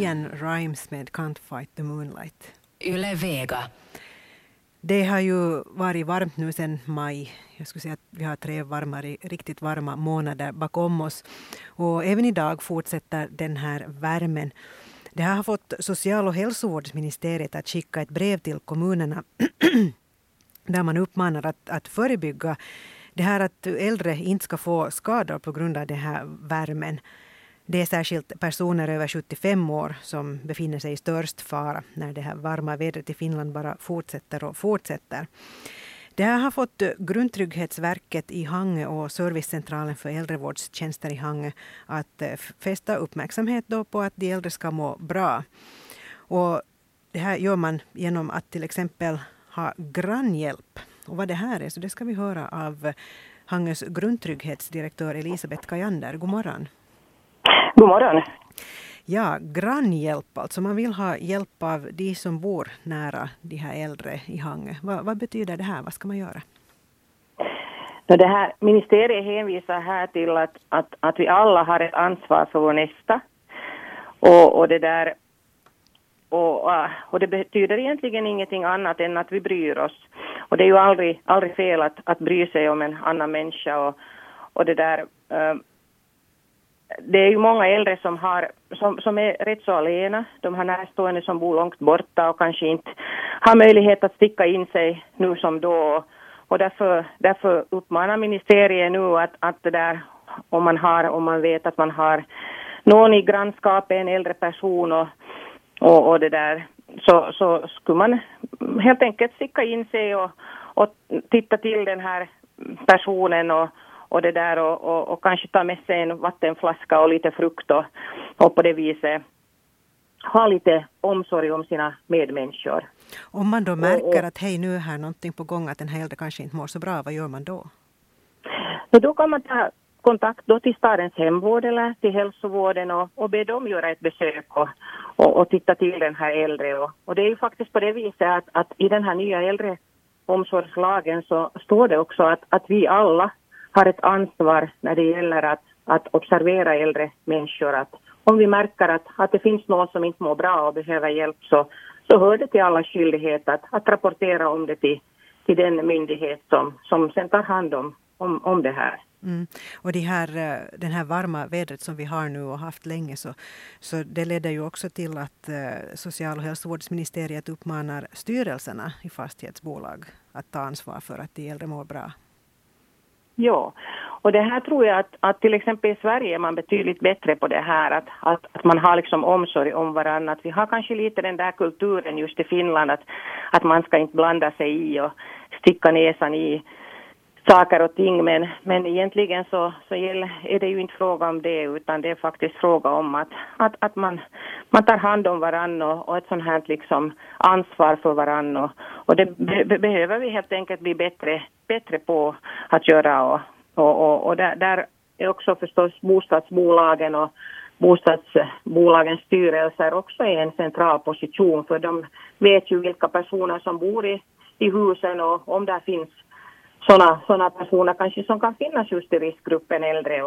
LeAnn Rimes med Can't Fight the Moonlight. Yle Vega. Det har ju varit varmt nu sedan maj. Jag skulle säga att vi har 3 riktigt varma månader bakom oss. Och även idag fortsätter den här värmen. Det här har fått Social- och hälsovårdsministeriet att skicka ett brev till kommunerna där man uppmanar att förebygga det här att äldre inte ska få skador på grund av den här värmen. Det är särskilt personer över 75 år som befinner sig i störst fara när det här varma vädret i Finland bara fortsätter och fortsätter. Det här har fått Grundtrygghetsverket i Hangö och Servicecentralen för äldrevårdstjänster i Hangö att fästa uppmärksamhet då på att de äldre ska må bra. Och det här gör man genom att till exempel ha grannhjälp. Och vad det här är, så det ska vi höra av Hangös grundtrygghetsdirektör Elisabeth Kajander. God morgon. God morgon. Ja, grannhjälp. Alltså man vill ha hjälp av de som bor nära de här äldre i Hangö. Vad betyder det här? Vad ska man göra? Det här ministeriet hänvisar här till att vi alla har ett ansvar för vår nästa. Och det där... Och det betyder egentligen ingenting annat än att vi bryr oss. Och det är ju aldrig fel att bry sig om en annan människa. Och det där... Det är ju många äldre som är rätt så alena. De har närstående som bor långt borta och kanske inte har möjlighet att sticka in sig nu som då. Och därför uppmanar ministeriet nu att det där, om man vet att man har någon i grannskapet, en äldre person och det där, så skulle man helt enkelt sticka in sig och titta till den här personen och det där och kanske ta med sig en vattenflaska och lite frukt och på det viset ha lite omsorg om sina medmänniskor. Om man då märker att hej, nu är här någonting på gång, att den här äldre kanske inte mår så bra, vad gör man då? Då kan man ta kontakt då till stadens hemvård eller till hälsovården och be dem göra ett besök och titta till den här äldre. Och det är ju faktiskt på det viset att i den här nya äldreomsorgslagen så står det också att vi alla har ett ansvar när det gäller att observera äldre människor. Att om vi märker att det finns någon som inte mår bra och behöver hjälp så hör det till alla skyldighet att rapportera om det till den myndighet som sen tar hand om det här. Mm. Och den här varma vädret som vi har nu och haft länge så det leder ju också till att Social- och hälsovårdsministeriet uppmanar styrelserna i fastighetsbolag att ta ansvar för att de äldre mår bra. Ja, och det här tror jag att till exempel i Sverige är man betydligt bättre på det här, att man har liksom omsorg om varandra. Att vi har kanske lite den där kulturen just i Finland att man ska inte blanda sig i och sticka näsan i saker och ting. Men egentligen så är det ju inte fråga om det, utan det är faktiskt fråga om att man tar hand om varandra och ett sånt här liksom ansvar för varandra. Och det behöver vi helt enkelt bli bättre på att göra. Och där är också förstås bostadsbolagen och bostadsbolagens styrelser också i en central position. För de vet ju vilka personer som bor i husen och om där finns sådana personer kanske som kan finnas just i riskgruppen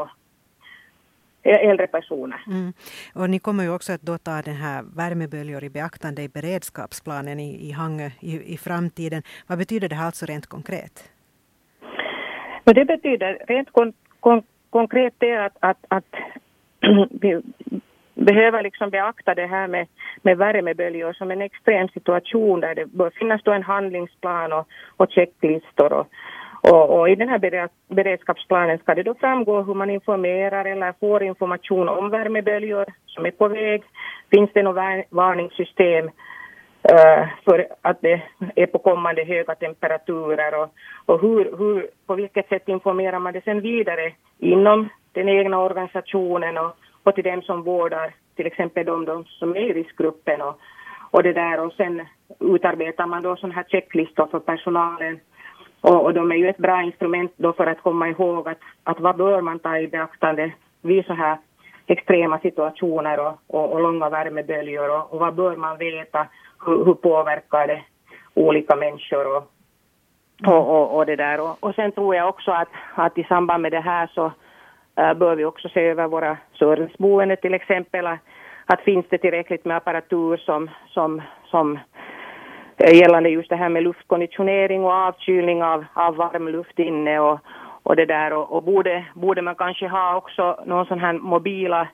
äldre personer. Mm. Och ni kommer ju också att då ta den här värmeböljor i beaktande i beredskapsplanen i Hangö i framtiden. Vad betyder det här alltså rent konkret? Och det betyder rent konkret det att vi behöver liksom beakta det här med värmeböljor som en extrem situation där det bör finnas då en handlingsplan och checklistor och i den här beredskapsplanen ska det då framgå hur man informerar eller får information om värmeböljor som är på väg. Finns det något varningssystem för att det är på kommande höga temperaturer och hur på vilket sätt informerar man det sen vidare inom den egna organisationen och till dem som vårdar, till exempel de som är i riskgruppen och det där, och sen utarbetar man då sån här checklistor för personalen och de är ju ett bra instrument då för att komma ihåg att vad bör man ta i beaktande vid så här extrema situationer och långa värmeböljor och vad bör man veta, hur påverkar det olika människor och det där. Och sen tror jag också att i samband med det här så bör vi också se över våra serviceboende till exempel, att finns det tillräckligt med apparatur som gällande just det här med luftkonditionering och avkylning av varm luft inne och det där och borde man kanske ha också någon sån här mobila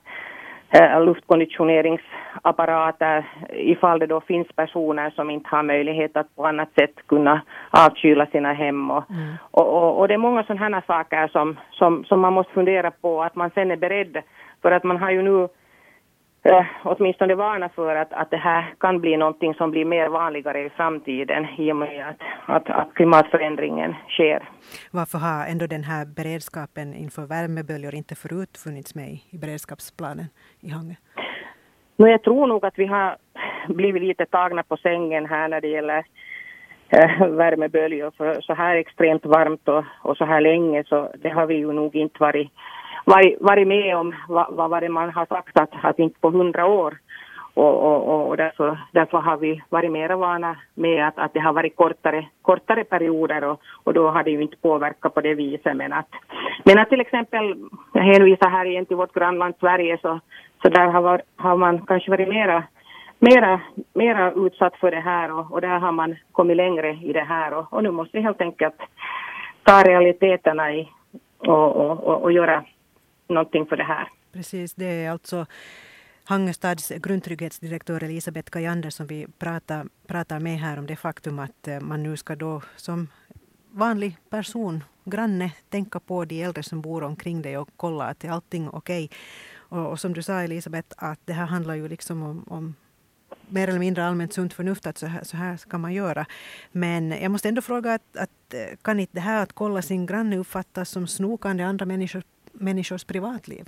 luftkonditioneringsapparater ifall det då finns personer som inte har möjlighet att på annat sätt kunna avkyla sina hem och det är många sådana här saker som man måste fundera på att man sen är beredd för att man har ju nu åtminstone varna för att det här kan bli någonting som blir mer vanligare i framtiden i och med att klimatförändringen sker. Varför har ändå den här beredskapen inför värmeböljor inte förut funnits med i beredskapsplanen i Hangö? Jag tror nog att vi har blivit lite tagna på sängen här när det gäller värmeböljor för så här extremt varmt och så här länge så det har vi ju nog inte varit med om vad det man har sagt att inte på 100 år och därför har vi varit mer vana med att det har varit kortare perioder och då har det ju inte påverkat på det viset men att till exempel jag hänvisar här igen till vårt grannland Sverige så där har man kanske varit mera utsatt för det här och där har man kommit längre i det här och nu måste vi helt enkelt ta realiteterna i och göra någonting för det här. Precis, det är alltså Hangöstads grundtrygghetsdirektör Elisabeth Kajander som vi pratar med här om det faktum att man nu ska då som vanlig person, granne, tänka på de äldre som bor omkring dig och kolla att är allting okej. Och som du sa Elisabeth att det här handlar ju liksom om mer eller mindre allmänt sunt förnuft att så här ska man göra. Men jag måste ändå fråga att kan inte det här att kolla sin granne uppfattas som snokande andra människors privatliv?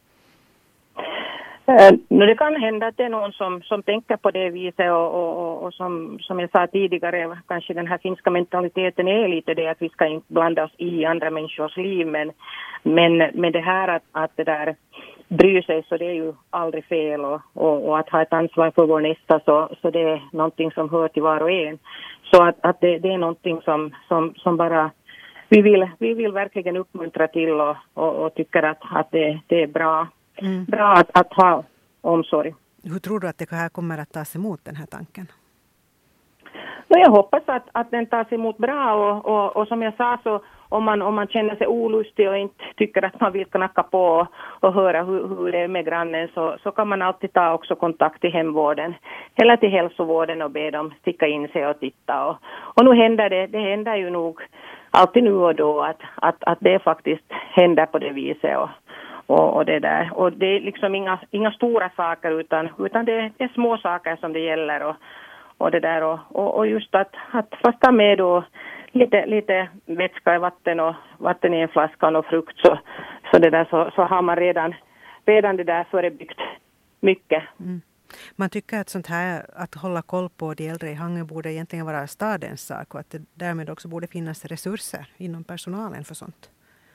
Det kan hända att det är någon som tänker på det viset och som jag sa tidigare kanske den här finska mentaliteten är lite det att vi ska inte blanda oss i andra människors liv men det här att det där bryr sig så det är ju aldrig fel och att ha ett ansvar för vår nästa så det är någonting som hör till var och en så att det är någonting som bara vi vill verkligen uppmuntra till och tycker att det är bra att ha omsorg. Hur tror du att det här kommer att tas emot den här tanken? Jag hoppas att den tas emot bra och som jag sa så om man känner sig olustig och inte tycker att man vill knacka på och höra hur det är med grannen så kan man alltid ta också kontakt till hemvården eller till hälsovården och be dem sticka in sig och titta och nu händer det händer ju nog alltid nu och då att det faktiskt händer på det viset och det där och det är liksom inga stora saker utan det är små saker som det gäller och det där och just att fasta med då lite vätska i vatten och vatten i en flaska och frukt så det där så har man redan det där förebyggt mycket. Man tycker att sånt här att hålla koll på de äldre i Hangö borde egentligen vara stadens sak och att det därmed också borde finnas resurser inom personalen för sånt.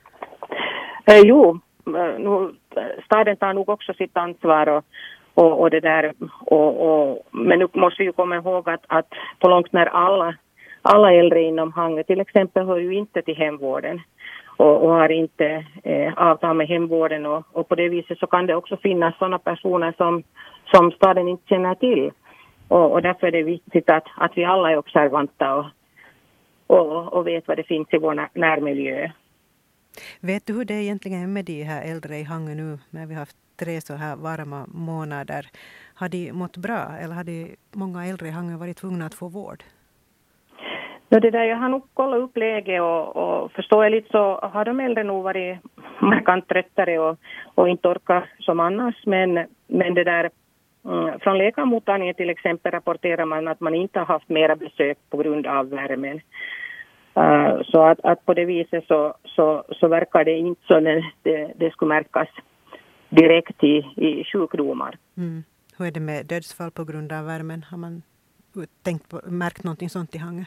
Staden tar nog också sitt ansvar och det där men nu måste vi ju komma ihåg att på långt när alla äldre inom Hangö till exempel hör ju inte till hemvården och har inte avtal med hemvården och på det viset så kan det också finnas sådana personer som staden inte känner till och därför är det viktigt att vi alla är observanta och vet vad det finns i vår närmiljö. Vet du hur det egentligen är med de här äldre i Hangö nu när vi har haft 3 så här varma månader? Har de mått bra eller har de många äldre i Hangö varit tvungna att få vård? Det där, jag har nog kollat upp läge och förståeligt så har de äldre nog varit markant tröttare och inte orkar som annars men det där från läkarmottagningen till exempel rapporterar man att man inte har haft mera besök på grund av värmen. Så att på det viset så verkar det inte så det skulle märkas direkt i sjukdomar. Hur är det med dödsfall på grund av värmen? Har man märkt någonting sånt i Hangö?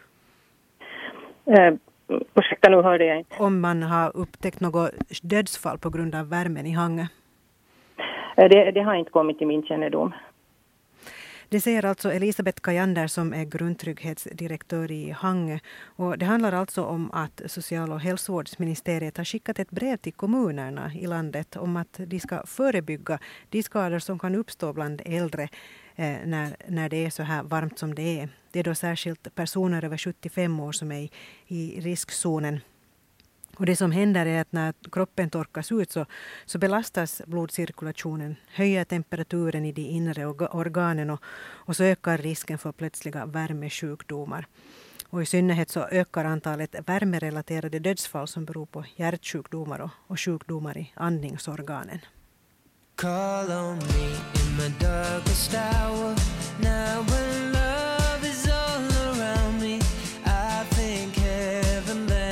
Ursäkta, nu hörde jag inte. Om man har upptäckt något dödsfall på grund av värmen i Hangö? Det har inte kommit till min kännedom. Det säger alltså Elisabeth Kajander som är grundtrygghetsdirektör i Hangö. Och det handlar alltså om att social- och hälsovårdsministeriet har skickat ett brev till kommunerna i landet om att de ska förebygga de skador som kan uppstå bland äldre när det är så här varmt som det är. Det är då särskilt personer över 75 år som är i riskzonen. Och det som händer är att när kroppen torkas ut så belastas blodcirkulationen, höjer temperaturen i de inre organen och så ökar risken för plötsliga värmesjukdomar. Och i synnerhet så ökar antalet värmerelaterade dödsfall som beror på hjärtsjukdomar och sjukdomar i andningsorganen. Call on me in my darkest hour now.